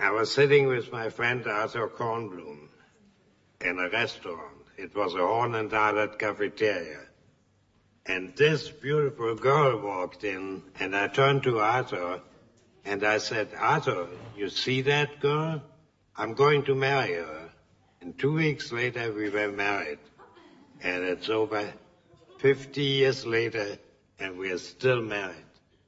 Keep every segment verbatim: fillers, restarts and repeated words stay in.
I was sitting with my friend Arthur Kornblum in a restaurant. It was a Horn and Harlot cafeteria. And this beautiful girl walked in, and I turned to Arthur, and I said, Arthur, you see that girl? I'm going to marry her. And two weeks later, we were married. And it's over fifty years later, and we're still married.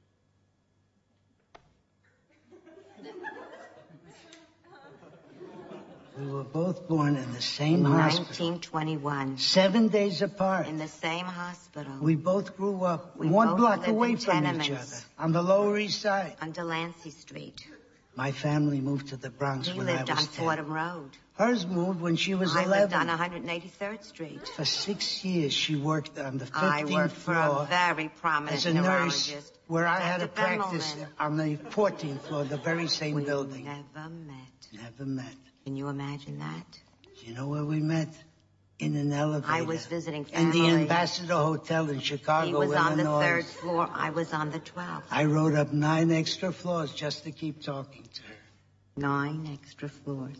We were both born in the same hospital. nineteen twenty-one. Seven days apart. In the same hospital. We both grew up we one both block lived away in from tenements. each other. On the Lower East Side. On Delancey Street. My family moved to the Bronx he when I was ten. He lived on Fordham Road. Hers moved when she was I eleven. I lived on one hundred eighty-third Street. For six years, she worked on the fifteenth I worked floor for a very prominent as a neurologist. nurse, where I had to Doctor practice Bimmelman. on the fourteenth floor, the very same we building. never met. Never met. Can you imagine that? You know where we met? In an elevator. I was visiting in family. the Ambassador Hotel in Chicago, He was on the Illinois. third floor. I was on the twelfth. I rode up nine extra floors just to keep talking to her. Nine extra floors.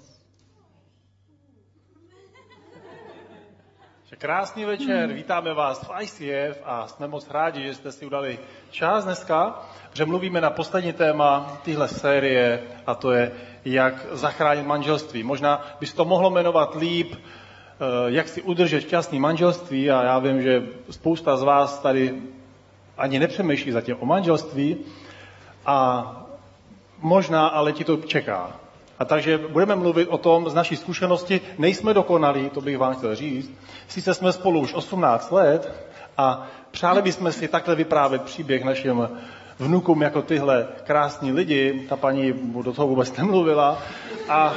Krásný večer, vítáme vás v I C F a jsme moc rádi, že jste si udali čas dneska, že mluvíme na poslední téma téhle série a to je, jak zachránit manželství. Možná by se to mohlo jmenovat líp, jak si udržet šťastný manželství a já vím, že spousta z vás tady ani nepřemýšlí zatím o manželství a možná ale ti to čeká. A takže budeme mluvit o tom z naší zkušenosti. Nejsme dokonalí, to bych vám chtěl říct. Sice jsme spolu už osmnáct let a přáli bychom si takhle vyprávět příběh našim vnukům jako tyhle krásní lidi. Ta paní do toho vůbec nemluvila. A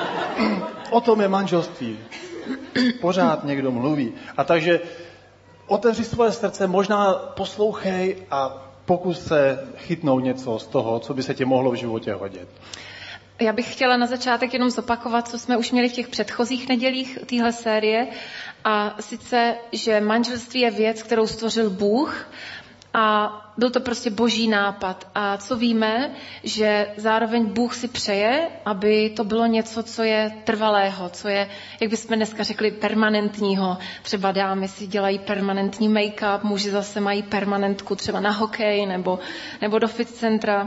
o tom je manželství. Pořád někdo mluví. A takže otevři svoje srdce, možná poslouchej a pokus se chytnout něco z toho, co by se ti mohlo v životě hodit. Já bych chtěla na začátek jenom zopakovat, co jsme už měli v těch předchozích nedělích téhle série. A sice, že manželství je věc, kterou stvořil Bůh a byl to prostě boží nápad. A co víme, že zároveň Bůh si přeje, aby to bylo něco, co je trvalého, co je, jak bychom dneska řekli, permanentního. Třeba dámy si dělají permanentní make-up, muži zase mají permanentku třeba na hokej nebo, nebo do fit centra.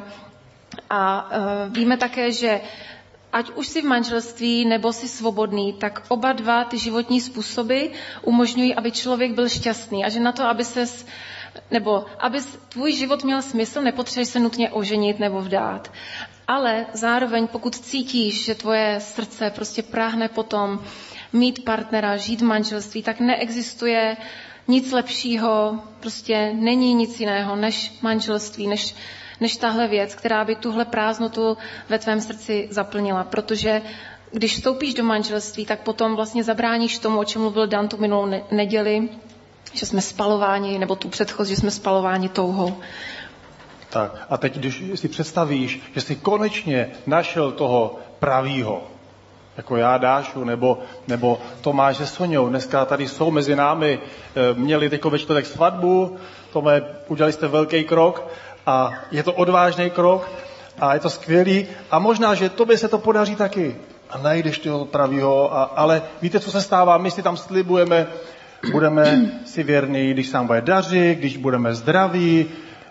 A uh, víme také, že ať už jsi v manželství nebo jsi svobodný, tak oba dva ty životní způsoby umožňují, aby člověk byl šťastný. A že na to, aby ses, nebo aby tvůj život měl smysl, nepotřebuješ se nutně oženit nebo vdát. Ale zároveň, pokud cítíš, že tvoje srdce prostě práhne potom mít partnera, žít v manželství, tak neexistuje nic lepšího, prostě není nic jiného než manželství, než než tahle věc, která by tuhle prázdnotu ve tvém srdci zaplnila. Protože když vstoupíš do manželství, tak potom vlastně zabráníš tomu, o čem mluvil Dan tu minulou ne- neděli, že jsme spalováni, nebo tu předchozí, že jsme spalováni touhou. Tak a teď, když si představíš, že jsi konečně našel toho pravýho, jako já, Dášu, nebo, nebo Tomáš se Soňou, dneska tady jsou mezi námi, měli teďko ve čtvrtek svatbu, Tome, udělali jste velký krok, a je to odvážný krok a je to skvělý a možná, že tobě se to podaří taky a najdeš toho pravýho, a, ale víte, co se stává? My si tam slibujeme, budeme si věrní, když se nám bude dařit, když budeme zdraví,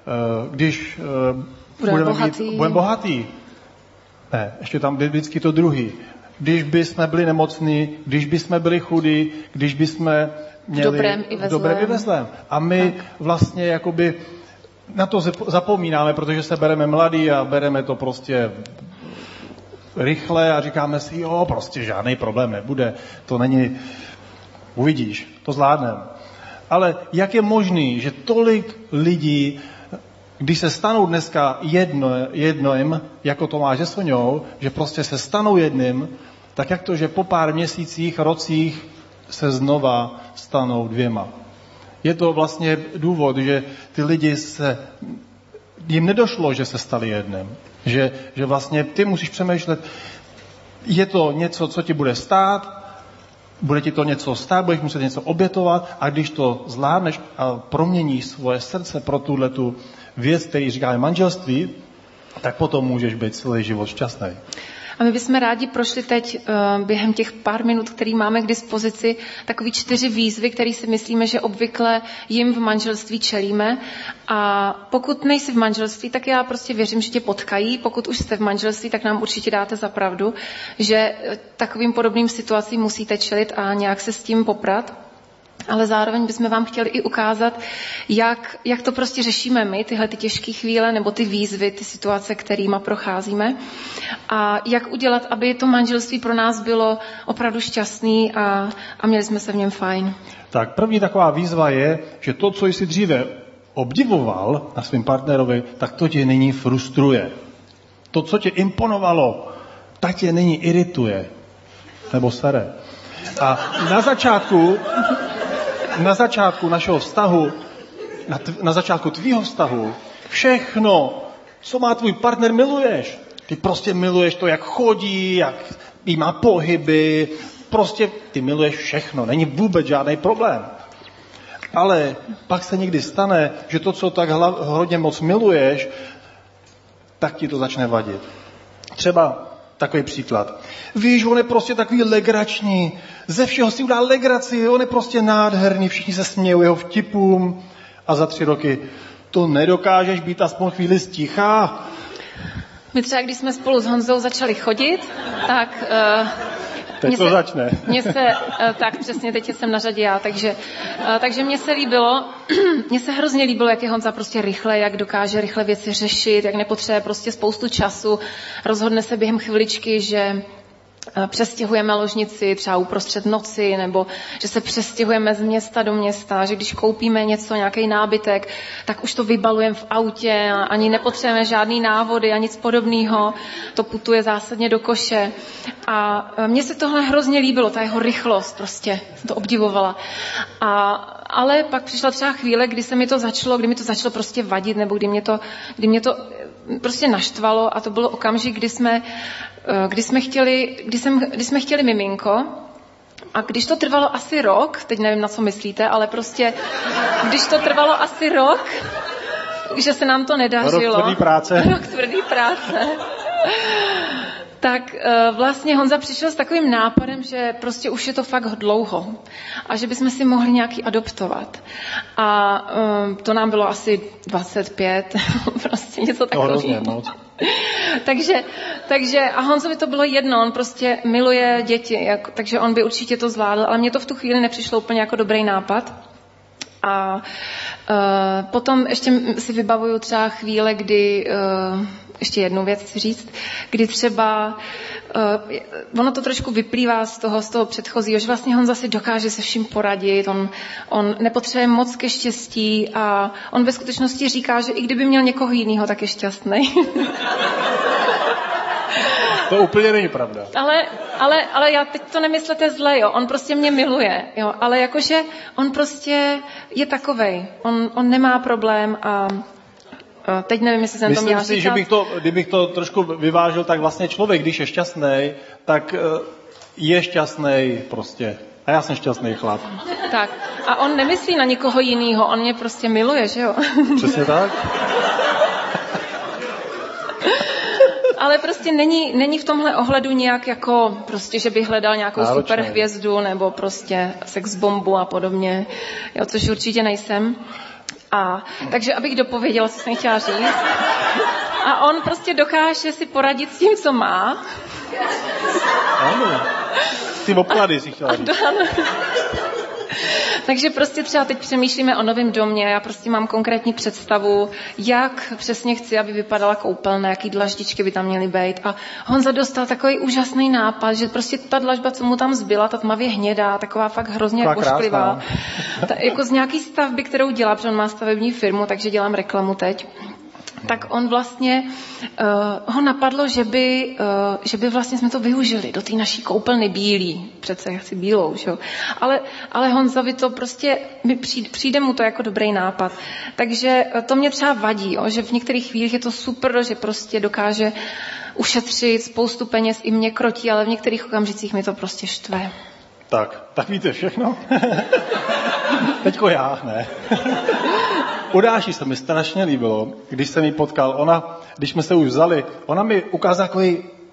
když budeme budeme, bohatý. Mít, budeme bohatý. Ne, ještě tam vždycky to druhý. Když by jsme byli nemocní, když by jsme byli chudí, když by jsme měli... V dobrém i ve zlém. Dobrém i ve zlém. A my tak. vlastně jakoby na to zapomínáme, protože se bereme mladý a bereme to prostě rychle a říkáme si, jo, prostě žádný problém nebude, to není, uvidíš, to zvládneme. Ale jak je možný, že tolik lidí, když se stanou dneska jedno, jedním, jako Tomáš se Soňou, že prostě se stanou jedním, tak jak to, že po pár měsících, rocích se znova stanou dvěma. Je to vlastně důvod, že ty lidi se, jim nedošlo, že se stali jedním. Že, že vlastně ty musíš přemýšlet, je to něco, co ti bude stát, bude ti to něco stát, budeš muset něco obětovat a když to zvládneš a proměníš svoje srdce pro tuhletu věc, který říkáme manželství, tak potom můžeš být celý život šťastný. A my bychom rádi prošli teď uh, během těch pár minut, který máme k dispozici, takový čtyři výzvy, které si myslíme, že obvykle jim v manželství čelíme. A pokud nejsi v manželství, tak já prostě věřím, že tě potkají. Pokud už jste v manželství, tak nám určitě dáte za pravdu, že takovým podobným situacím musíte čelit a nějak se s tím poprat. Ale zároveň bychom vám chtěli i ukázat, jak, jak to prostě řešíme my, tyhle ty těžké chvíle nebo ty výzvy, ty situace, kterýma procházíme. A jak udělat, aby to manželství pro nás bylo opravdu šťastný a, a měli jsme se v něm fajn. Tak první taková výzva je, že to, co jsi dříve obdivoval na svém partnerovi, tak to tě nyní frustruje. To, co tě imponovalo, tak tě nyní irituje. Nebo sere. A na začátku... Na začátku našeho vztahu, na, tv, na začátku tvýho vztahu, všechno, co má tvůj partner, miluješ. Ty prostě miluješ to, jak chodí, jak jí má pohyby, prostě ty miluješ všechno, není vůbec žádný problém. Ale pak se někdy stane, že to, co tak hla, hodně moc miluješ, tak ti to začne vadit. Třeba takový příklad. Víš, on je prostě takový legrační. Ze všeho si udá legraci, on je prostě nádherný, všichni se smějou jeho vtipům a za tři roky to nedokážeš být aspoň chvíli sticha. My třeba, když jsme spolu s Honzou začali chodit, tak... Uh... Teď to se, začne. Mně se, tak přesně, teď jsem na řadě já, takže, takže mně se líbilo, mně se hrozně líbilo, jak je Honza prostě rychle, jak dokáže rychle věci řešit, jak nepotřebuje prostě spoustu času, rozhodne se během chviličky, že přestěhujeme ložnici třeba uprostřed noci, nebo že se přestěhujeme z města do města, že když koupíme něco, nějaký nábytek, tak už to vybalujeme v autě, ani nepotřebujeme žádný návody a nic podobného. To putuje zásadně do koše. A mně se tohle hrozně líbilo, ta jeho rychlost, prostě jsem to obdivovala. A, ale pak přišla třeba chvíle, kdy se mi to začalo, kdy mi to začalo prostě vadit, nebo kdy mě to, kdy mě to prostě naštvalo, a to bylo okamžik, kdy jsme Kdy jsme, chtěli, kdy, jsem, kdy jsme chtěli miminko, a když to trvalo asi rok, teď nevím, na co myslíte, ale prostě, když to trvalo asi rok, že se nám to nedařilo. Rok tvrdý práce. Rok tvrdý práce. Tak vlastně Honza přišel s takovým nápadem, že prostě už je to fakt dlouho a že bychom si mohli nějaký adoptovat. A to nám bylo asi dvacet pět, prostě něco takového. takže, takže a Honzovi to bylo jedno, on prostě miluje děti, jako, takže on by určitě to zvládl, ale mně to v tu chvíli nepřišlo úplně jako dobrý nápad. A uh, potom ještě si vybavuju třeba chvíle, kdy, uh, ještě jednu věc chci říct, kdy třeba, uh, ono to trošku vyplývá z toho, z toho předchozího, že vlastně Honza si dokáže se vším poradit, on, on nepotřebuje moc ke štěstí a on ve skutečnosti říká, že i kdyby měl někoho jiného, tak je šťastný. To úplně není pravda. Ale, ale, ale já teď to nemyslete zle, jo. On prostě mě miluje, jo. Ale jakože on prostě je takovej. On, on nemá problém a, a teď nevím, jestli jsem Myslím to měla si, říkat. že bych to, kdybych to trošku vyvážil, tak vlastně člověk, když je šťastný, tak je šťastný prostě. A já jsem šťastný chlap. Tak. A on nemyslí na nikoho jinýho, on mě prostě miluje, že jo. Přesně tak. Ale prostě není, není v tomhle ohledu nějak jako, prostě, že bych hledal nějakou Náročný. super hvězdu nebo prostě sex bombu a podobně, jo, což určitě nejsem. A, takže abych dopověděla, co jsem chtěla říct. A on prostě dokáže si poradit s tím, co má. Ano. Ty oplady si chtěla říct. Takže prostě třeba teď přemýšlíme o novém domě, já prostě mám konkrétní představu, jak přesně chci, aby vypadala koupelna, jaký dlaždičky by tam měly být. A Honza dostal takový úžasný nápad, že prostě ta dlažba, co mu tam zbyla, ta tmavě hnědá, taková fakt hrozně ošklivá. Ta, jako z nějaký stavby, kterou dělá, protože on má stavební firmu, takže dělám reklamu teď. Tak on vlastně, uh, ho napadlo, že by, uh, že by vlastně jsme to využili do té naší koupelny bílý. Přece já chci bílou, že jo. Ale, ale Honzovi to prostě, přijde, přijde mu to jako dobrý nápad. Takže to mě třeba vadí, jo, že v některých chvílích je to super, že prostě dokáže ušetřit spoustu peněz, i mě krotí, ale v některých okamžicích mi to prostě štve. Tak, tak víte všechno? Teďko já, ne. U Dáši se mi strašně líbilo, když jsem ji potkal. Ona, když jsme se už vzali, ona mi ukázala takový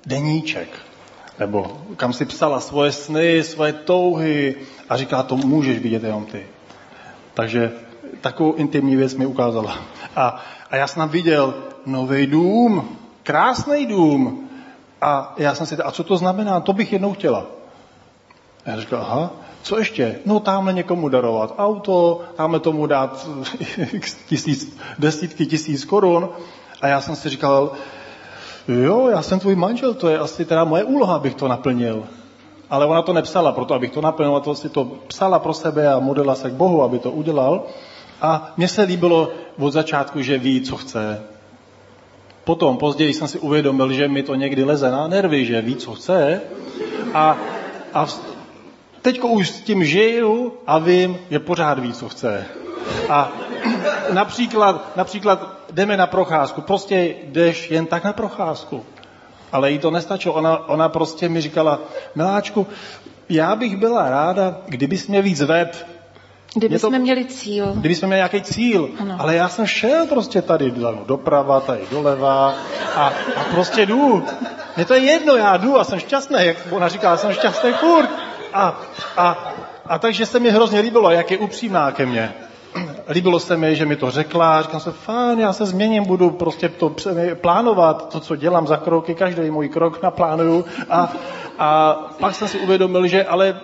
deníček, nebo kam si psala svoje sny, svoje touhy a říkala, to můžeš vidět jenom ty. Takže takovou intimní věc mi ukázala. A, a já jsem tam viděl nový dům, krásný dům. A já jsem si říkal, a co to znamená? To bych jednou chtěla. A já říkal, aha, co ještě? No tamhle někomu darovat auto, tamhle tomu dát tisíc, desítky tisíc korun. A já jsem si říkal, jo, já jsem tvůj manžel, to je asi teda moje úloha, abych to naplnil. Ale ona to nepsala proto, abych to naplnil, to si to psala pro sebe a modlila se k Bohu, aby to udělal. A mně se líbilo od začátku, že ví, co chce. Potom, později jsem si uvědomil, že mi to někdy leze na nervy, že ví, co chce. A, a teďko už s tím žiju a vím, že pořád ví, co chce. A například, například jdeme na procházku. Prostě jdeš jen tak na procházku. Ale jí to nestačilo. Ona, ona prostě mi říkala, miláčku, já bych byla ráda, kdybys mě víc vedl. Kdyby to, jsme měli cíl. Kdyby jsme měli nějaký cíl. Ano. Ale já jsem šel prostě tady doprava, tady doleva a, a prostě jdu. Mně to je jedno, já jdu a jsem šťastný, jak ona říká, jsem šťastný furt. A, a, a takže se mi hrozně líbilo, jak je upřímná ke mně. Líbilo se mi, že mi to řekla, říkám se, fajn, já se změním, budu prostě to plánovat, to, co dělám za kroky, každý můj krok naplánuju. A, a pak jsem si uvědomil, že ale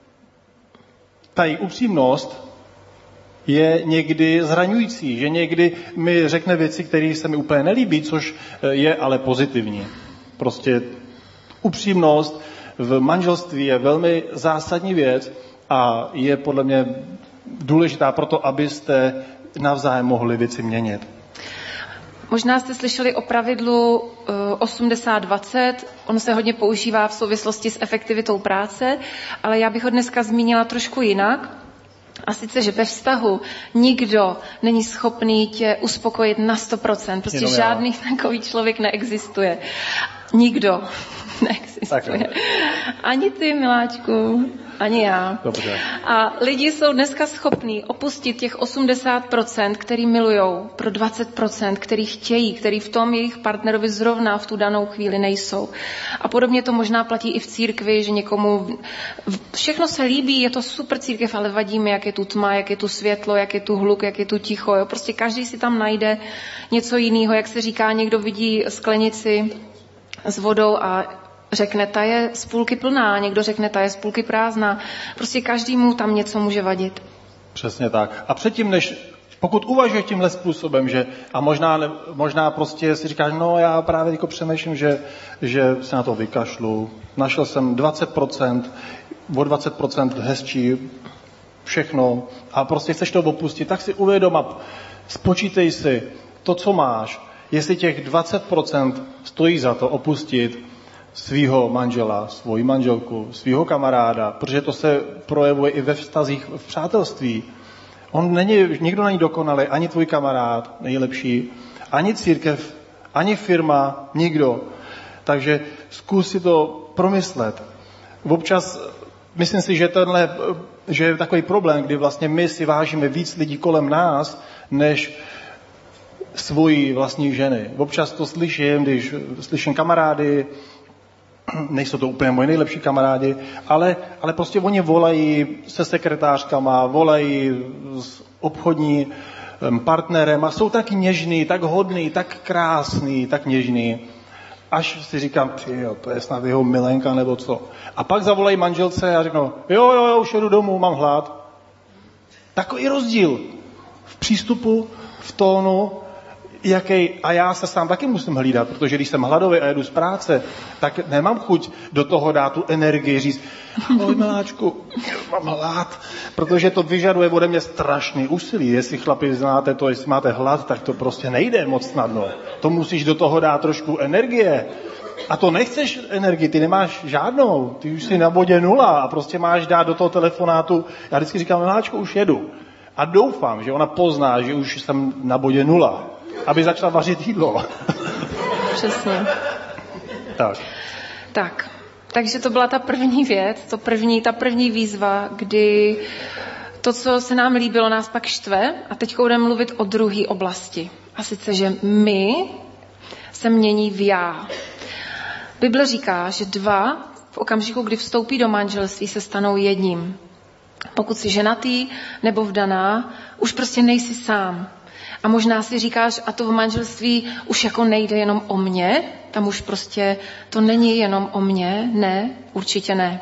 ta její upřímnost je někdy zraňující, že někdy mi řekne věci, které se mi úplně nelíbí, což je ale pozitivní. Prostě upřímnost v manželství je velmi zásadní věc a je podle mě důležitá proto, abyste navzájem mohli věci měnit. Možná jste slyšeli o pravidlu osmdesát dvacet, ono se hodně používá v souvislosti s efektivitou práce, ale já bych ho dneska zmínila trošku jinak. A sice, že ve vztahu nikdo není schopný tě uspokojit na sto procent. Prostě žádný takový člověk neexistuje. Nikdo neexistuje. Tak, ani ty, miláčku, ani já. Dobře. A lidi jsou dneska schopní opustit těch osmdesát procent, který milujou, pro dvacet procent, který chtějí, který v tom jejich partnerovi zrovna v tu danou chvíli nejsou. A podobně to možná platí i v církvi, že někomu všechno se líbí, je to super církev, ale vadí mi, jak je tu tma, jak je tu světlo, jak je tu hluk, jak je tu ticho. Jo? Prostě každý si tam najde něco jiného, jak se říká, někdo vidí sklenici s vodou a řekne, ta je z půlky plná, někdo řekne, ta je z půlky prázdná. Prostě každému tam něco může vadit. Přesně tak. A předtím, než pokud uvažuješ tímhle způsobem, že a možná, možná prostě si říkáš, no já právě jako přemýšlím, že, že se na to vykašlu. Našel jsem dvacet procent, o dvacet procent hezčí, všechno a prostě chceš to opustit, tak si uvědom a spočítej si to, co máš, jestli těch dvacet procent stojí za to opustit svýho manžela, svoji manželku, svýho kamaráda, protože to se projevuje i ve vztazích v přátelství. On není, nikdo není dokonalý, ani tvůj kamarád nejlepší, ani církev, ani firma, nikdo. Takže zkus si to promyslet. Občas myslím si, že tenhle, že je takový problém, kdy vlastně my si vážíme víc lidí kolem nás, než svoji vlastní ženy. Občas to slyším, když slyším kamarády, nejsou to úplně moji nejlepší kamarádi, ale, ale prostě oni volají se sekretářkama, volají s obchodní partnerem a jsou tak něžný, tak hodný, tak krásný, tak něžný. Až si říkám, jo, to je snad jeho milenka nebo co. A pak zavolají manželce a řeknou, jo, jo, jo, už jedu domů, mám hlad. Takový rozdíl v přístupu, v tónu, jaký, a já se sám taky musím hlídat, protože když jsem hladový a jedu z práce, tak nemám chuť do toho dát tu energii, říct, ahoj miláčku, mám hlad, protože to vyžaduje ode mě strašný úsilí. Jestli chlapi znáte to, jestli máte hlad, tak to prostě nejde moc snadno. To musíš do toho dát trošku energie. A to nechceš energii, ty nemáš žádnou, ty už jsi na bodě nula a prostě máš dát do toho telefonátu, já vždycky říkám, miláčku, už jedu. A doufám, že ona pozná, že už jsem na bodě nula. Aby začala vařit jídlo. Přesně. Tak. Tak. Takže to byla ta první věc, to první, ta první výzva, kdy to, co se nám líbilo, nás pak štve. A teď budeme mluvit o druhé oblasti. A sice, že my se mění v já. Bible říká, že dva v okamžiku, kdy vstoupí do manželství, se stanou jedním. Pokud jsi ženatý nebo vdaná, už prostě nejsi sám. A možná si říkáš, a to v manželství už jako nejde jenom o mě, tam už prostě to není jenom o mě, ne, určitě ne.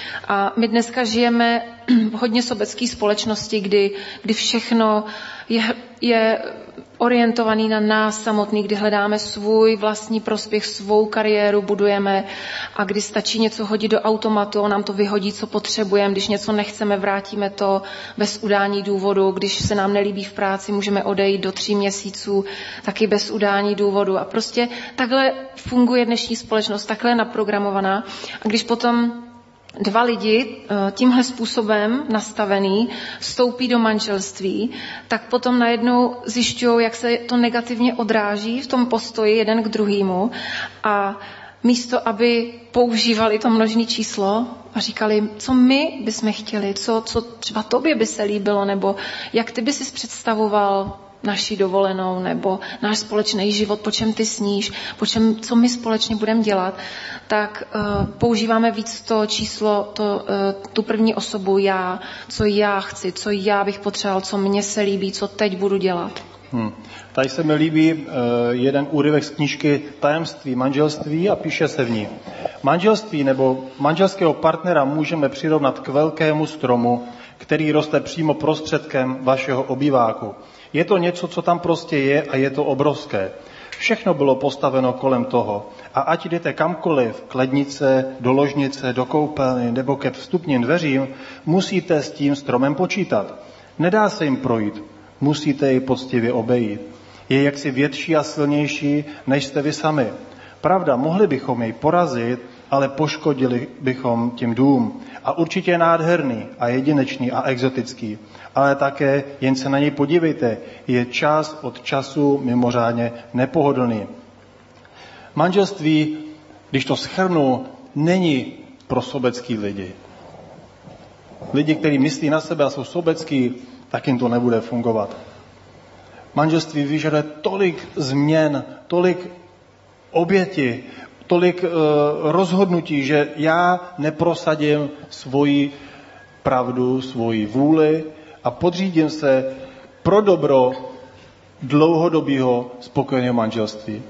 A my dneska žijeme v hodně sobecké společnosti, kdy, kdy všechno je, je orientovaný na nás samotný, kdy hledáme svůj vlastní prospěch, svou kariéru budujeme a kdy stačí něco hodit do automatu, on nám to vyhodí, co potřebujeme, když něco nechceme, vrátíme to bez udání důvodu, když se nám nelíbí v práci, můžeme odejít do tří měsíců, taky bez udání důvodu. A prostě takhle funguje dnešní společnost, takhle je naprogramovaná. A když potom dva lidi tímhle způsobem nastavený vstoupí do manželství, tak potom najednou zjišťují, jak se to negativně odráží v tom postoji jeden k druhému a místo, aby používali to množné číslo a říkali, co my bychom chtěli, co, co třeba tobě by se líbilo, nebo jak ty by si představoval naši dovolenou, nebo náš společný život, po čem ty sníš, po čem, co my společně budeme dělat, tak uh, používáme víc to číslo, to, uh, tu první osobu já, co já chci, co já bych potřeboval, co mně se líbí, co teď budu dělat. Hmm. Tady se mi líbí uh, jeden úryvek z knížky Tajemství manželství a píše se v ní. Manželství nebo manželského partnera můžeme přirovnat k velkému stromu, který roste přímo prostředkem vašeho obýváku. Je to něco, co tam prostě je a je to obrovské. Všechno bylo postaveno kolem toho. A ať jdete kamkoliv, k lednice, do ložnice, do koupelny nebo ke vstupním dveřím, musíte s tím stromem počítat. Nedá se jim projít, musíte ji poctivě obejít. Je jaksi větší a silnější, než jste vy sami. Pravda, mohli bychom jej porazit, ale poškodili bychom tím dům. A určitě je nádherný a jedinečný a exotický. Ale také jen se na něj podívejte, je čas od času mimořádně nepohodlný. Manželství, když to shrnu, není pro sobecký lidi. Lidi, kteří myslí na sebe a jsou sobecký, tak jim to nebude fungovat. Manželství vyžaduje tolik změn, tolik oběti, tolik uh, rozhodnutí, že já neprosadím svoji pravdu, svoji vůli a podřídím se pro dobro dlouhodobého spokojeného manželství.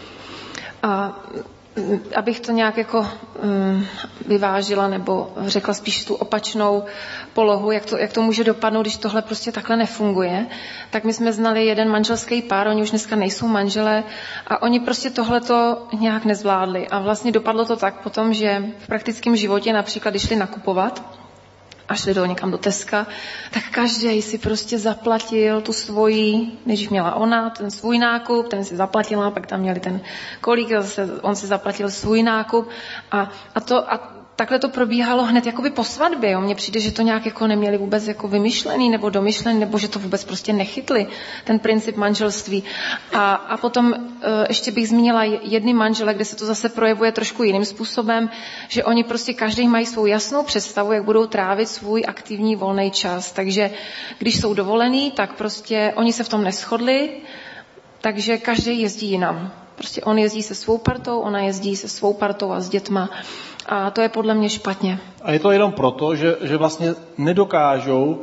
A abych to nějak jako um, vyvážila nebo řekla spíš tu opačnou polohu, jak to, jak to může dopadnout, když tohle prostě takhle nefunguje, tak my jsme znali jeden manželský pár, oni už dneska nejsou manželé a oni prostě tohleto nějak nezvládli. A vlastně dopadlo to tak potom, že v praktickém životě například, když šli nakupovat a šli do někam do Teska, tak každý si prostě zaplatil tu svoji, než měla ona, ten svůj nákup, ten si zaplatila, pak tam měli ten kolík, zase on si zaplatil svůj nákup a, a to a takhle to probíhalo hned jakoby po svatbě. Mně přijde, že to nějak jako neměli vůbec jako vymyšlený nebo domyšlený, nebo že to vůbec prostě nechytli, ten princip manželství. A, a potom e, ještě bych zmínila jedny manžele, kde se to zase projevuje trošku jiným způsobem, že oni prostě každý mají svou jasnou představu, jak budou trávit svůj aktivní volný čas. Takže když jsou dovolení, tak prostě oni se v tom neshodli, takže každý jezdí jinam. Prostě on jezdí se svou partou, ona jezdí se svou partou a s dětma. A to je podle mě špatně. A je to jenom proto, že, že vlastně nedokážou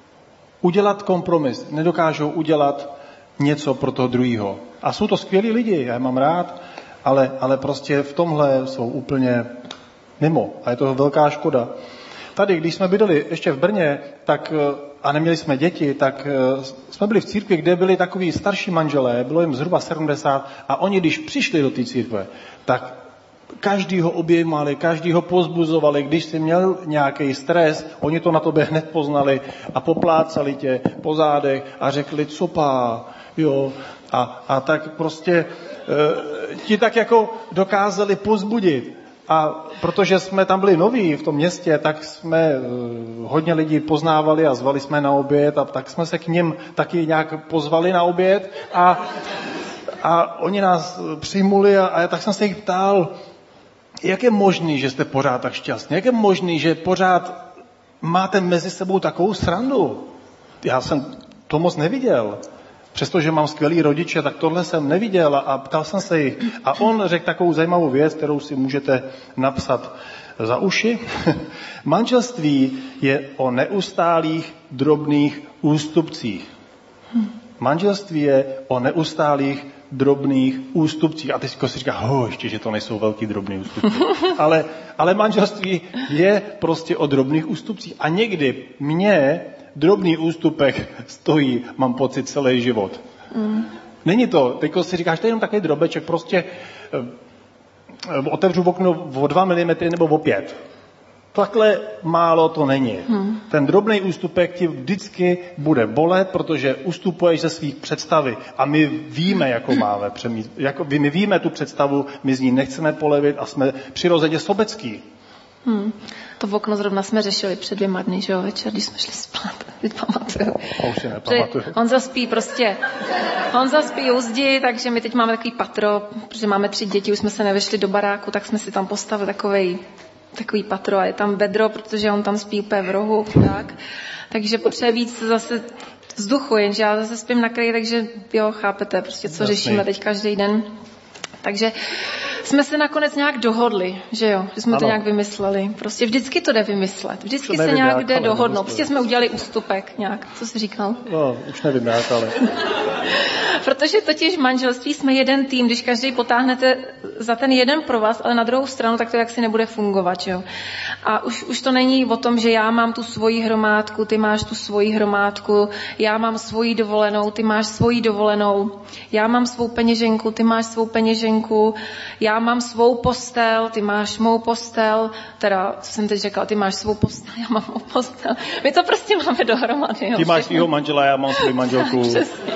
udělat kompromis, nedokážou udělat něco pro toho druhého. A jsou to skvělí lidi, já je mám rád, ale, ale prostě v tomhle jsou úplně mimo. A je to velká škoda. Tady, když jsme bydleli ještě v Brně, tak, a neměli jsme děti, tak jsme byli v církvi, kde byli takový starší manželé, bylo jim zhruba sedmdesát, a oni, když přišli do té církve, tak každý ho objímali, každý ho pozbuzovali, když jsi měl nějaký stres, oni to na tobě hned poznali a poplácali tě po zádech a řekli, co pá, jo, a, a tak prostě e, ti tak jako dokázali pozbudit. A protože jsme tam byli noví v tom městě, tak jsme e, hodně lidí poznávali a zvali jsme na oběd a tak jsme se k nim taky nějak pozvali na oběd a, a oni nás přijmuli a, a tak jsem se jich ptal, jak je možný, že jste pořád tak šťastní? Jak je možný, že pořád máte mezi sebou takovou srandu? Já jsem to moc neviděl. Přestože mám skvělý rodiče, tak tohle jsem neviděl a ptal jsem se jich. A on řekl takovou zajímavou věc, kterou si můžete napsat za uši. Manželství je o neustálých drobných ústupcích. Manželství je o neustálých drobných ústupcích. A teď si říká, ho, ještě, že to nejsou velký drobný ústupky. Ale, ale manželství je prostě o drobných ústupcích. A někdy mě drobný ústupek stojí, mám pocit, celý život. Mm. Není to, teďko si říkáš, to je jenom takový drobeček, prostě eh, otevřu okno o dva milimetry nebo o pět. Takhle málo to není. Hmm. Ten drobný ústupek ti vždycky bude bolet, protože ustupuješ ze svých představy. A my víme, jako máme přemít, jako, my víme tu představu, my z ní nechceme polevit a jsme přirozeně sobecký. Hmm. To v okno zrovna jsme řešili před dvěma dny, že jo, večer, když jsme šli spát. Teď pamatuju. Už si nepamatuju. On zaspí prostě, on zaspí u zdi, takže my teď máme takový patro, protože máme tři děti, už jsme se nevešli do baráku, tak jsme si tam postavili takovej takový patro a je tam bedro, protože on tam spí úplně v rohu, tak. Takže potřebuje víc zase vzduchu, jenže já zase spím na kraji, takže jo, chápete, prostě co Jasný. Řešíme teď každý den. Takže jsme se nakonec nějak dohodli, že jo, že jsme ano. to nějak vymysleli. Prostě vždycky to jde vymyslet, vždycky se nějak jak, jde dohodnout. Prostě jsme udělali ústupek nějak, co jsi říkal? No, už nevím jak, ale... Protože totiž v manželství jsme jeden tým, když každý potáhnete za ten jeden provaz, ale na druhou stranu, tak to jaksi nebude fungovat, jo. A už, už to není o tom, že já mám tu svoji hromádku, ty máš tu svoji hromádku, já mám svoji dovolenou, ty máš svoji dovolenou, já mám svou peněženku, ty máš svou peněženku, já mám svou postel, ty máš mou postel, teda, co jsem teď řekla, ty máš svou postel, já mám mou postel. My to prostě máme dohromady. Jo, ty máš svýho manžela, já mám svou manželku. Přesně.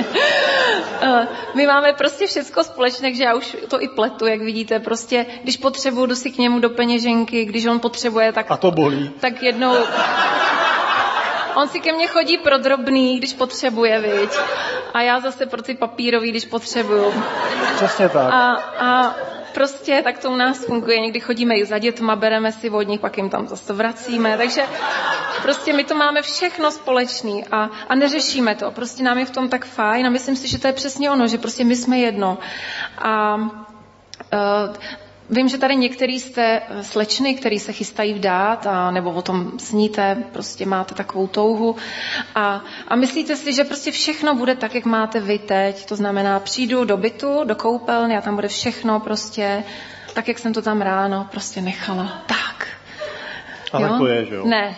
My máme prostě všecko společné, že já už to i pletu, jak vidíte, prostě, když potřebuju, jdu si k němu do peněženky, když on potřebuje, tak... A to bolí. Tak jednou... On si ke mně chodí pro drobný, když potřebuje, viď? A já zase pro ty papírový, když potřebuju. Přesně tak. A, a prostě tak to u nás funguje. Někdy chodíme i za dětma, bereme si od nich, pak jim tam zase vracíme. Takže prostě my to máme všechno společný a, a neřešíme to. Prostě nám je v tom tak fajn a myslím si, že to je přesně ono, že prostě my jsme jedno. A... Uh, Vím, že tady některý jste slečny, který se chystají vdát, a nebo o tom sníte, prostě máte takovou touhu a, a myslíte si, že prostě všechno bude tak, jak máte vy teď. To znamená, přijdu do bytu, do koupelny a tam bude všechno prostě tak, jak jsem to tam ráno prostě nechala. Tak. A tak to je, že jo? Ne.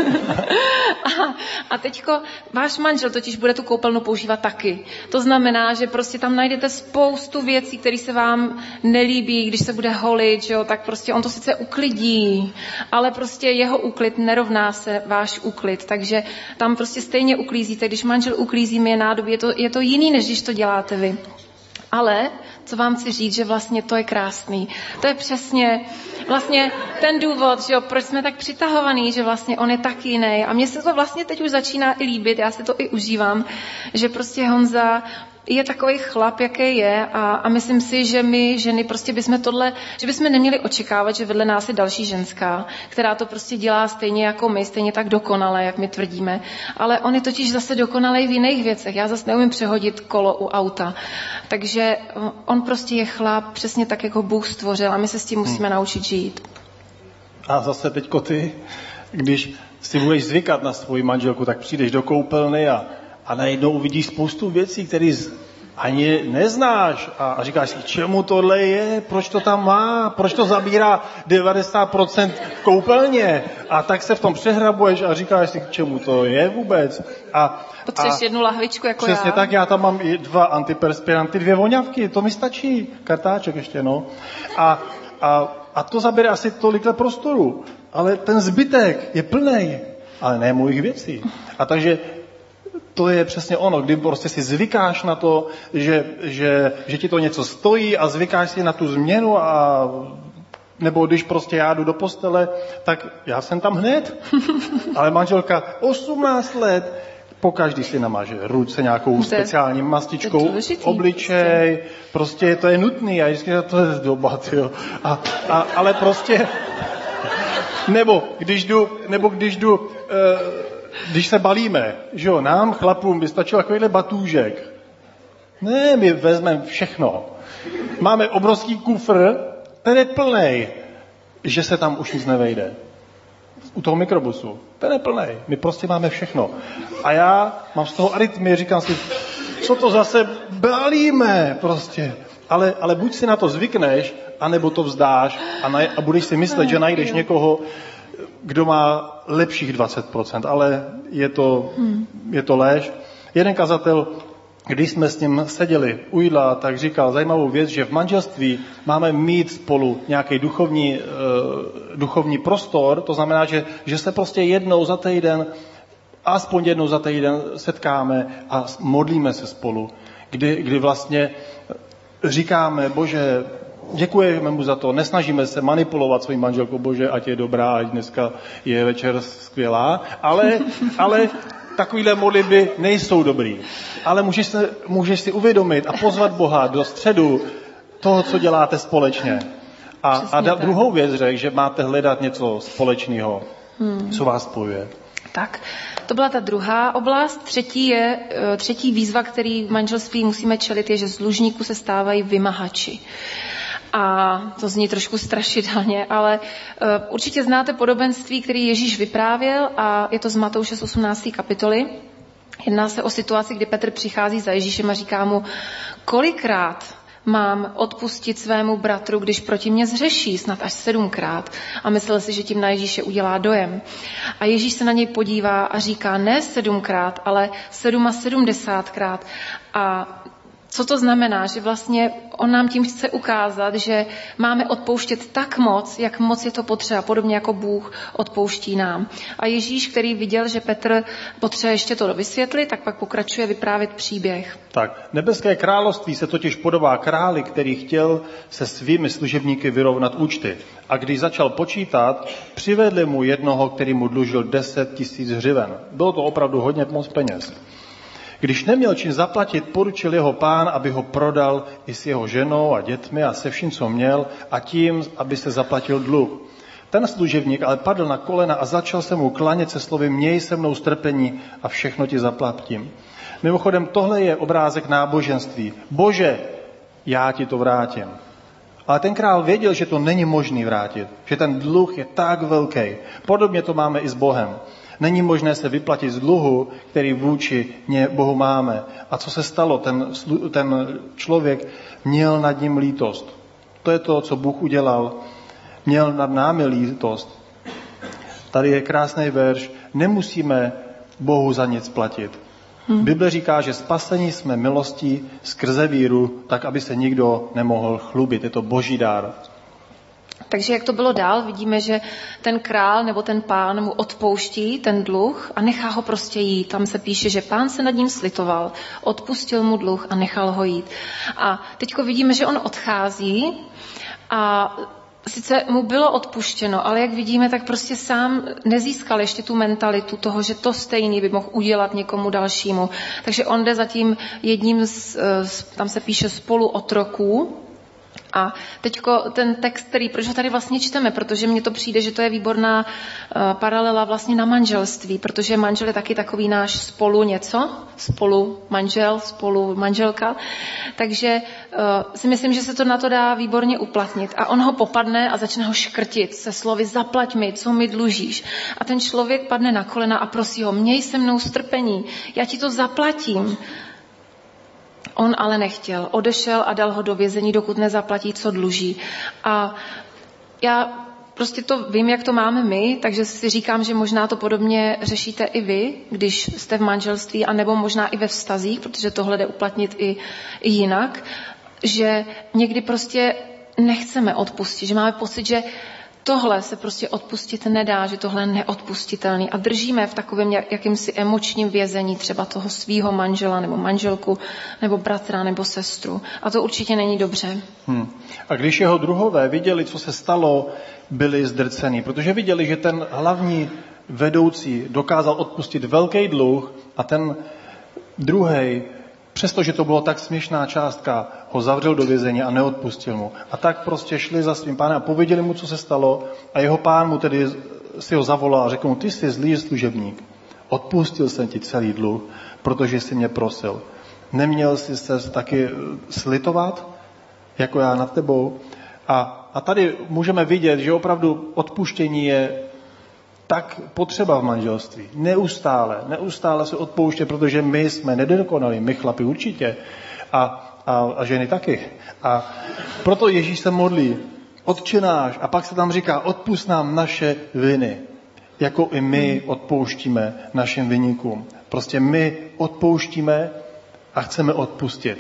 a, a teďko váš manžel totiž bude tu koupelnu používat taky. To znamená, že prostě tam najdete spoustu věcí, které se vám nelíbí, když se bude holit, že jo, tak prostě on to sice uklidí, ale prostě jeho úklid nerovná se váš úklid, takže tam prostě stejně uklízíte. Když manžel uklízí mi je nádobí, je to, je to jiný, než když to děláte vy. Ale, co vám chci říct, že vlastně to je krásný. To je přesně vlastně ten důvod, že jo, proč jsme tak přitahovaný, že vlastně on je tak jiný. A mně se to vlastně teď už začíná i líbit, já si to i užívám, že prostě Honza je takový chlap, jaký je a, a myslím si, že my ženy prostě bychom tohle, že bychom neměli očekávat, že vedle nás je další ženská, která to prostě dělá stejně jako my, stejně tak dokonale, jak my tvrdíme. Ale on je totiž zase dokonalej v jiných věcech. Já zase neumím přehodit kolo u auta. Takže on prostě je chlap, přesně tak, jak ho Bůh stvořil a my se s tím musíme hmm. naučit žít. A zase teďko ty, když si budeš zvykat na svoji manželku, tak přijdeš do koupelny a A najednou uvidíš spoustu věcí, které ani neznáš. A říkáš si, čemu tohle je, proč to tam má, proč to zabírá devadesát procent v koupelně. A tak se v tom přehrabuješ a říkáš si, k čemu to je vůbec. A, Potřebuješ jednu lahvičku jako přesně já. Přesně tak, já tam mám i dva antiperspiranty, dvě voňavky, to mi stačí. Kartáček ještě, no. A, a, a to zabere asi tolikle prostoru. Ale ten zbytek je plnej, ale ne mojich věcí. A takže to je přesně ono, kdy prostě si zvykáš na to, že, že, že ti to něco stojí a zvykáš si na tu změnu a nebo když prostě já jdu do postele, tak já jsem tam hned. Ale manželka osmnáct let, pokaždý si namáže ruce nějakou speciální mastičkou, obličej, prostě to je nutný a vždycky to je doba, tyjo. A, a, ale prostě, nebo když jdu, nebo když jdu, uh, když se balíme, že jo, nám, chlapům, by stačil takovýhle batůžek. Ne, my vezmeme všechno. Máme obrovský kufr, ten je plnej, že se tam už nic nevejde. U toho mikrobusu. Ten je plnej. My prostě máme všechno. A já mám z toho arytmii, říkám si, co to zase balíme prostě. Ale, ale buď si na to zvykneš, anebo to vzdáš a, na, a budeš si myslet, že najdeš někoho, kdo má lepších dvacet procent, ale je to, je to lež. Jeden kazatel, když jsme s ním seděli u jídla, tak říkal zajímavou věc, že v manželství máme mít spolu nějaký duchovní, uh, duchovní prostor, to znamená, že, že se prostě jednou za týden, aspoň jednou za týden setkáme a modlíme se spolu, kdy, kdy vlastně říkáme, Bože, děkujeme mu za to, nesnažíme se manipulovat svou manželkou, Bože, ať je dobrá, ať dneska je večer skvělá, ale, ale takovýhle modlitby nejsou dobrý. Ale můžeš, se, můžeš si uvědomit a pozvat Boha do středu toho, co děláte společně. A, a da, druhou věc řekl, že máte hledat něco společného, hmm. co vás spojuje. Tak, to byla ta druhá oblast. Třetí je, třetí výzva, který v manželství musíme čelit, je, že z dlužníků se stávají vymahači. A to zní trošku strašidelně, ale uh, určitě znáte podobenství, který Ježíš vyprávěl a je to z Matouše z osmnácté kapitoly. Jedná se o situaci, kdy Petr přichází za Ježíšem a říká mu, kolikrát mám odpustit svému bratru, když proti mě zřeší, snad až sedmkrát. A myslel si, že tím na Ježíše udělá dojem. A Ježíš se na něj podívá a říká, ne sedmkrát, ale sedm a sedmdesátkrát. A co to znamená? Že vlastně on nám tím chce ukázat, že máme odpouštět tak moc, jak moc je to potřeba, podobně jako Bůh odpouští nám. A Ježíš, který viděl, že Petr potřebuje ještě to dovysvětlit, tak pak pokračuje vyprávět příběh. Tak, nebeské království se totiž podobá králi, který chtěl se svými služebníky vyrovnat účty. A když začal počítat, přivedli mu jednoho, který mu dlužil deset tisíc hřiven. Bylo to opravdu hodně moc peněz. Když neměl čím zaplatit, poručil jeho pán, aby ho prodal i s jeho ženou a dětmi a se vším, co měl, a tím, aby se zaplatil dluh. Ten služebník ale padl na kolena a začal se mu klanět se slovy měj se mnou strpení a všechno ti zaplatím. Mimochodem, tohle je obrázek náboženství. Bože, já ti to vrátím. Ale ten král věděl, že to není možný vrátit, že ten dluh je tak velký. Podobně to máme i s Bohem. Není možné se vyplatit z dluhu, který vůči Bohu máme. A co se stalo? Ten, ten člověk měl nad ním lítost. To je to, co Bůh udělal. Měl nad námi lítost. Tady je krásný verš. Nemusíme Bohu za nic platit. Hmm. Bible říká, že spasení jsme milostí skrze víru, tak aby se nikdo nemohl chlubit. Je to boží dár. Takže jak to bylo dál, vidíme, že ten král nebo ten pán mu odpouští ten dluh a nechá ho prostě jít. Tam se píše, že pán se nad ním slitoval, odpustil mu dluh a nechal ho jít. A teďko vidíme, že on odchází a sice mu bylo odpuštěno, ale jak vidíme, tak prostě sám nezískal ještě tu mentalitu toho, že to stejný by mohl udělat někomu dalšímu. Takže on jde za tím jedním, z, tam se píše spolu otroků. A teďko ten text, který, proč ho tady vlastně čteme, protože mně to přijde, že to je výborná uh, paralela vlastně na manželství, protože manžel je taky takový náš spolu něco, spolu manžel, spolu manželka, takže uh, si myslím, že se to na to dá výborně uplatnit. A on ho popadne a začne ho škrtit se slovy zaplať mi, co mi dlužíš. A ten člověk padne na kolena a prosí ho, měj se mnou strpení, já ti to zaplatím. On ale nechtěl, odešel a dal ho do vězení, dokud nezaplatí, co dluží. A já prostě to vím, jak to máme my, takže si říkám, že možná to podobně řešíte i vy, když jste v manželství, anebo možná i ve vztazích, protože tohle jde uplatnit i, i jinak, že někdy prostě nechceme odpustit, že máme pocit, že tohle se prostě odpustit nedá, že tohle je neodpustitelný a držíme v takovém jakýmsi emočním vězení třeba toho svýho manžela nebo manželku nebo bratra nebo sestru. A to určitě není dobře. Hmm. A když jeho druhové viděli, co se stalo, byli zdrcení, protože viděli, že ten hlavní vedoucí dokázal odpustit velký dluh a ten druhej, přestože to bylo tak směšná částka, ho zavřel do vězení a neodpustil mu. A tak prostě šli za svým pánem a pověděli mu, co se stalo a jeho pán mu tedy si ho zavolal a řekl mu, ty jsi zlý služebník. Odpustil jsem ti celý dluh, protože jsi mě prosil. Neměl jsi se taky slitovat, jako já nad tebou? A, a tady můžeme vidět, že opravdu odpuštění je tak potřeba v manželství. Neustále, neustále se odpouště, protože my jsme nedokonali, my chlapi určitě a, a, a ženy taky. A proto Ježíš se modlí, Otče náš, a pak se tam říká, odpusť nám naše viny, jako i my odpouštíme našim viníkům. Prostě my odpouštíme a chceme odpustit.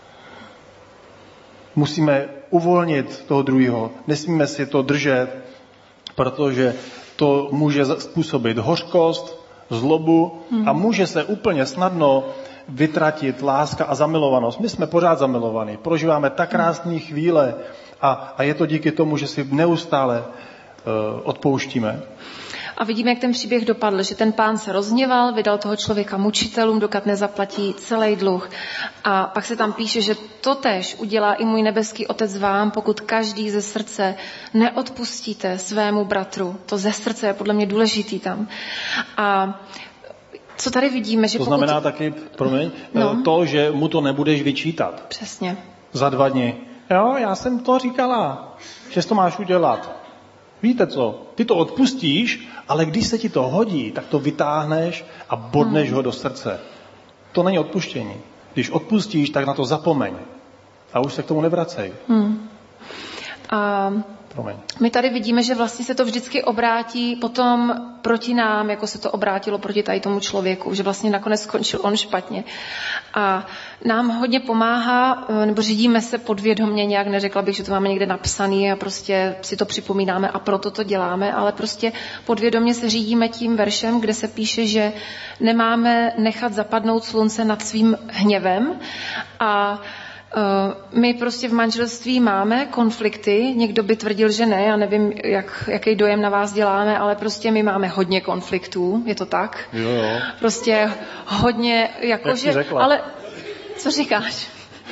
Musíme uvolnit toho druhého, nesmíme si to držet, protože to může způsobit hořkost, zlobu a může se úplně snadno vytratit láska a zamilovanost. My jsme pořád zamilovaní, prožíváme tak krásné chvíle a, a je to díky tomu, že si neustále uh, odpouštíme. A vidíme, jak ten příběh dopadl, že ten pán se rozhněval, vydal toho člověka mučitelům, dokud nezaplatí celý dluh. A pak se tam píše, že totéž udělá i můj nebeský otec vám, pokud každý ze srdce neodpustíte svému bratru. To ze srdce je podle mě důležitý tam. A co tady vidíme, že to pokud... znamená taky, promiň, no. to, že mu to nebudeš vyčítat. Přesně. Za dva dny. Jo, já jsem to říkala, že to máš udělat. Víte co, ty to odpustíš, ale když se ti to hodí, tak to vytáhneš a bodneš hmm. ho do srdce. To není odpuštění. Když odpustíš, tak na to zapomeň. A už se k tomu nevracej. Hmm. A Promiň. my tady vidíme, že vlastně se to vždycky obrátí potom proti nám, jako se to obrátilo proti tady tomu člověku, že vlastně nakonec skončil on špatně. A nám hodně pomáhá, nebo řídíme se podvědomě nějak, neřekla bych, že to máme někde napsaný a prostě si to připomínáme a proto to děláme, ale prostě podvědomě se řídíme tím veršem, kde se píše, že nemáme nechat zapadnout slunce nad svým hněvem a my prostě v manželství máme konflikty, někdo by tvrdil, že ne, já nevím, jak, jaký dojem na vás děláme, ale prostě my máme hodně konfliktů, je to tak? Jo, jo. Prostě hodně, jakože, ale co říkáš?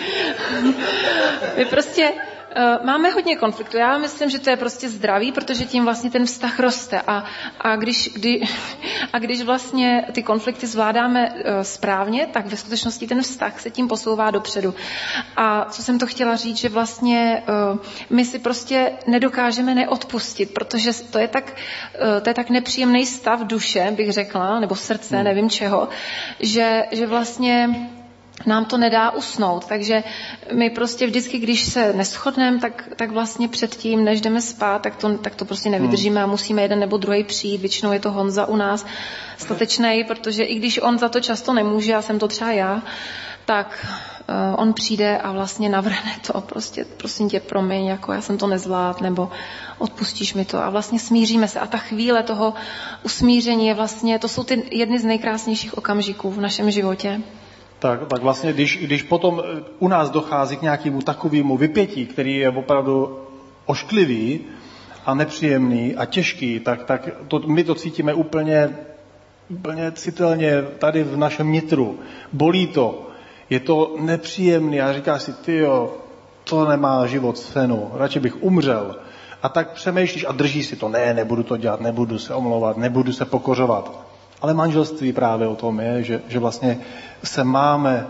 My prostě uh, máme hodně konfliktů. Já myslím, že to je prostě zdravý, protože tím vlastně ten vztah roste. A, a, když, kdy, a když vlastně ty konflikty zvládáme uh, správně, tak ve skutečnosti ten vztah se tím posouvá dopředu. A co jsem to chtěla říct, že vlastně uh, my si prostě nedokážeme neodpustit, protože to je tak, uh, to je tak nepříjemný stav duše, bych řekla, nebo srdce, hmm. nevím čeho, že, že vlastně nám to nedá usnout, takže my prostě vždycky, když se neshodneme, tak, tak vlastně předtím, než jdeme spát, tak to, tak to prostě nevydržíme a musíme jeden nebo druhý přijít. Většinou je to Honza u nás statečnej, protože i když on za to často nemůže, a jsem to třeba já, tak uh, on přijde a vlastně navrhne to, prostě prosím tě, promiň, jako já jsem to nezvlád, nebo odpustíš mi to a vlastně smíříme se. A ta chvíle toho usmíření je vlastně, to jsou ty jedny z nejkrásnějších okamžiků v našem životě. Tak, tak vlastně, když, když potom u nás dochází k nějakému takovému vypětí, který je opravdu ošklivý a nepříjemný a těžký, tak, tak to, my to cítíme úplně, úplně citelně tady v našem nitru. Bolí to, je to nepříjemný a říkáš si, tyjo, to nemá život cenu, radši bych umřel. A tak přemýšlíš a držíš si to, ne, nebudu to dělat, nebudu se omlouvat, nebudu se pokořovat. Ale manželství právě o tom je, že, že vlastně se máme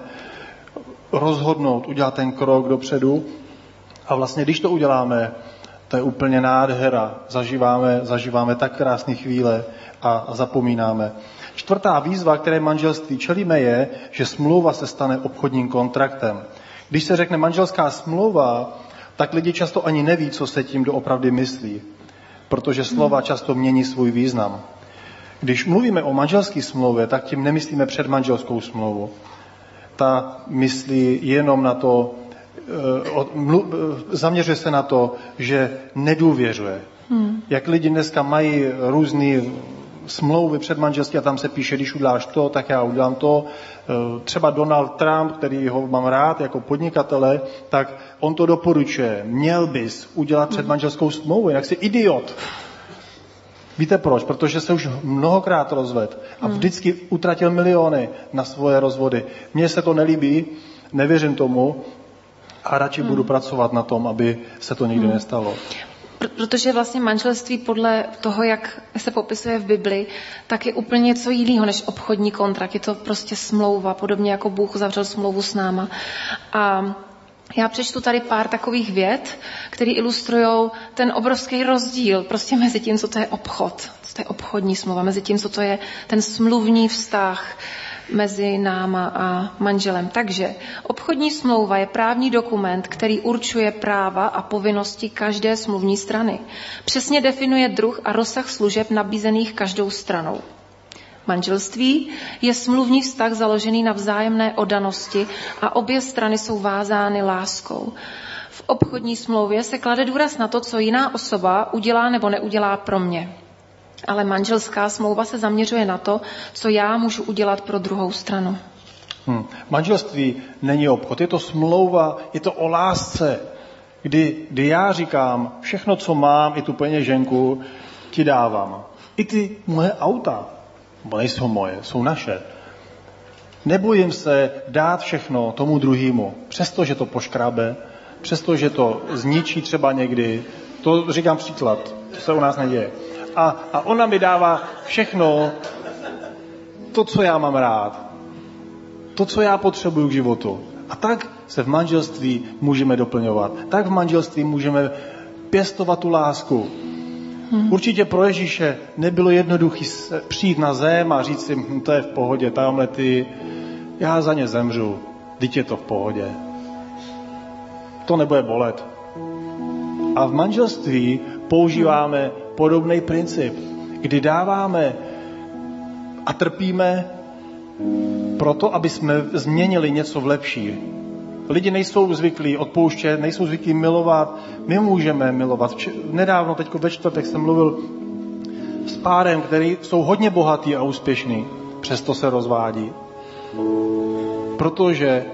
rozhodnout, udělat ten krok dopředu a vlastně když to uděláme, to je úplně nádhera. Zažíváme, zažíváme tak krásné chvíle a, a zapomínáme. Čtvrtá výzva, které manželství čelíme, je, že smlouva se stane obchodním kontraktem. Když se řekne manželská smlouva, tak lidi často ani neví, co se tím doopravdy myslí, protože slova často mění svůj význam. Když mluvíme o manželské smlouvě, tak tím nemyslíme předmanželskou smlouvu. Ta myslí jenom na to, zaměřuje se na to, že nedůvěřuje. Hmm. Jak lidi dneska mají různé smlouvy předmanželství a tam se píše, když uděláš to, tak já udělám to. Třeba Donald Trump, který ho mám rád jako podnikatele, tak on to doporučuje. Měl bys udělat předmanželskou smlouvu, jak jsi idiot. Víte proč? Protože se už mnohokrát rozvedl a vždycky utratil miliony na svoje rozvody. Mně se to nelíbí, nevěřím tomu a radši hmm. budu pracovat na tom, aby se to nikdy hmm. nestalo. protože vlastně manželství podle toho, jak se popisuje v Bibli, tak je úplně něco jiného než obchodní kontrakt. Je to prostě smlouva, podobně jako Bůh uzavřel smlouvu s náma. A já přečtu tady pár takových vět, které ilustrují ten obrovský rozdíl prostě mezi tím, co to je obchod, co to je obchodní smlouva, mezi tím, co to je ten smluvní vztah mezi náma a manželem. Takže obchodní smlouva je právní dokument, který určuje práva a povinnosti každé smluvní strany. Přesně definuje druh a rozsah služeb nabízených každou stranou. Manželství je smluvní vztah založený na vzájemné oddanosti a obě strany jsou vázány láskou. V obchodní smlouvě se klade důraz na to, co jiná osoba udělá nebo neudělá pro mě. Ale manželská smlouva se zaměřuje na to, co já můžu udělat pro druhou stranu. Hmm. Manželství není obchod, je to smlouva, je to o lásce, kdy, kdy já říkám, všechno, co mám, i tu peněženku, ti dávám. I ty moje auta, bo nejsou moje, jsou naše. Nebojím se dát všechno tomu druhému, přestože to poškrábe, přestože to zničí třeba někdy. To říkám příklad, to se u nás neděje. A, a ona mi dává všechno, to, co já mám rád. To, co já potřebuju k životu. A tak se v manželství můžeme doplňovat. Tak v manželství můžeme pěstovat tu lásku. Hmm. Určitě pro Ježíše nebylo jednoduché přijít na zem a říct si, hm, to je v pohodě, tamhle ty, já za ně zemřu, vždyť je to v pohodě. To nebude bolet. A v manželství používáme podobný princip, kdy dáváme a trpíme proto, aby jsme změnili něco v lepší. Lidi nejsou zvyklí odpouštět, nejsou zvyklí milovat. My můžeme milovat. Nedávno, teďko ve čtvrtek jsem mluvil s párem, který jsou hodně bohatý a úspěšný, přesto se rozvádí. Protože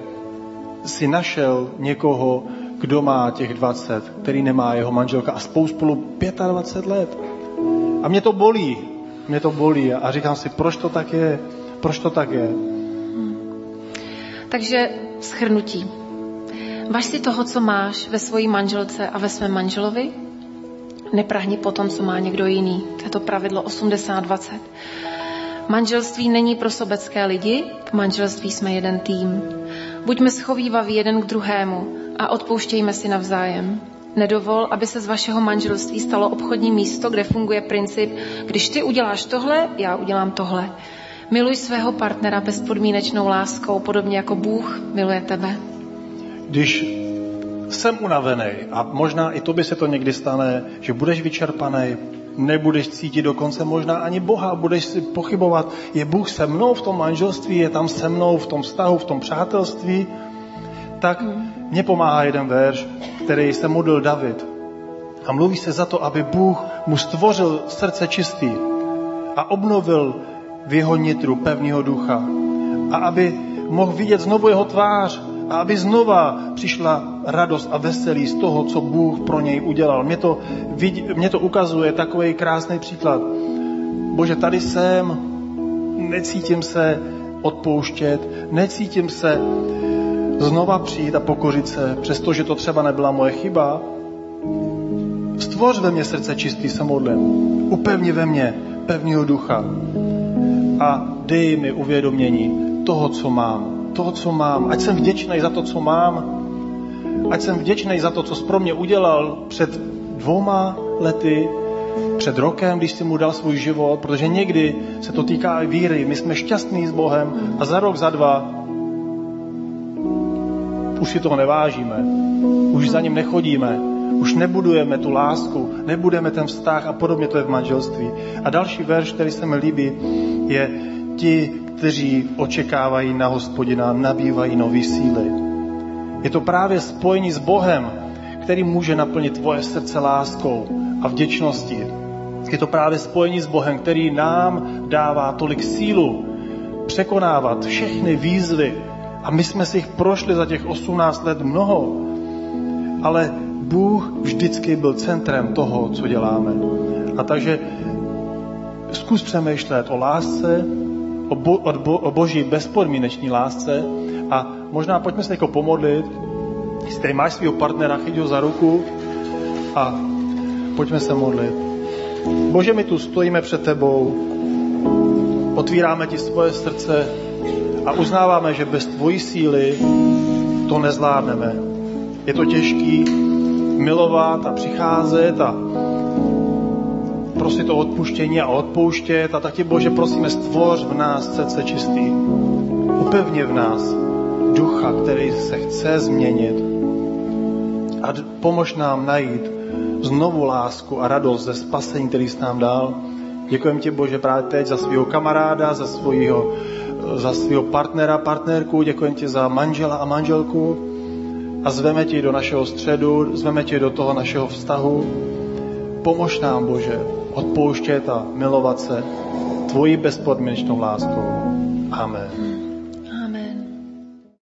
si našel někoho, kdo má těch dvacet, který nemá jeho manželka a spolu spolu dvacet pět let. A mě to bolí. Mě to bolí a říkám si, proč to tak je? Proč to tak je? Hmm. Takže shrnutí. Važ si toho, co máš ve svojí manželce a ve svém manželovi. Neprahni po tom, co má někdo jiný. To je to pravidlo osmdesát dvacet. Manželství není pro sobecké lidi, v manželství jsme jeden tým. Buďme schovívaví jeden k druhému a odpouštějme si navzájem. Nedovol, aby se z vašeho manželství stalo obchodní místo, kde funguje princip, když ty uděláš tohle, já udělám tohle. Miluj svého partnera bezpodmínečnou láskou, podobně jako Bůh miluje tebe. Když jsem unavený a možná i tobě se to někdy stane, že budeš vyčerpaný, nebudeš cítit dokonce možná ani Boha, budeš si pochybovat, je Bůh se mnou v tom manželství, je tam se mnou v tom vztahu, v tom přátelství, tak mně pomáhá jeden verš, který se modlil David. A mluví se za to, aby Bůh mu stvořil srdce čistý a obnovil v jeho nitru pevného ducha. A aby mohl vidět znovu jeho tvář a aby znova přišla radost a veselí z toho, co Bůh pro něj udělal. Mě to, mě to ukazuje takový krásný příklad. Bože, tady jsem, necítím se odpouštět, necítím se znova přijít a pokořit se, přestože to třeba nebyla moje chyba. Stvoř ve mně srdce čistý, se modlím. Upevni ve mně pevného ducha a dej mi uvědomění toho, co mám. Toho, co mám. Ať jsem vděčný za to, co mám. Ať jsem vděčný za to, co jsi pro mě udělal před dvouma lety, před rokem, když jsi mu dal svůj život, protože někdy se to týká i víry. My jsme šťastní s Bohem a za rok, za dva už si toho nevážíme. Už za ním nechodíme. Už nebudujeme tu lásku, nebudeme ten vztah a podobně to je v manželství. A další verš, který se mi líbí, je ti, kteří očekávají na Hospodina, nabývají nový síly. Je to právě spojení s Bohem, který může naplnit tvoje srdce láskou a vděčností. Je to právě spojení s Bohem, který nám dává tolik sílu překonávat všechny výzvy. A my jsme si jich prošli za těch osmnáct let mnoho. Ale Bůh vždycky byl centrem toho, co děláme. A takže zkus přemýšlet o lásce, o, bo, o, bo, o boží bezpodmíneční lásce a možná pojďme se jako pomodlit. Jestli tady máš svého partnera, chyť ho za ruku a Pojďme se modlit. Bože, my tu stojíme před tebou, otvíráme ti svoje srdce a uznáváme, že bez tvojí síly to nezvládneme. Je to těžký milovat a přicházet a prosit o odpuštění a odpouštět. A tak tě, Bože, prosíme, stvoř v nás srdce čistý. Upevni v nás ducha, který se chce změnit. A pomož nám najít znovu lásku a radost ze spasení, který jsi nám dal. Děkujeme ti, Bože, právě teď za svého kamaráda, za svého za svého partnera, partnerku. Děkujeme ti za manžela a manželku. A zveme ti do našeho středu, zveme ti do toho našeho vztahu. Pomož nám, Bože, odpouštět a milovat se tvojí bezpodmínečnou láskou. Amen.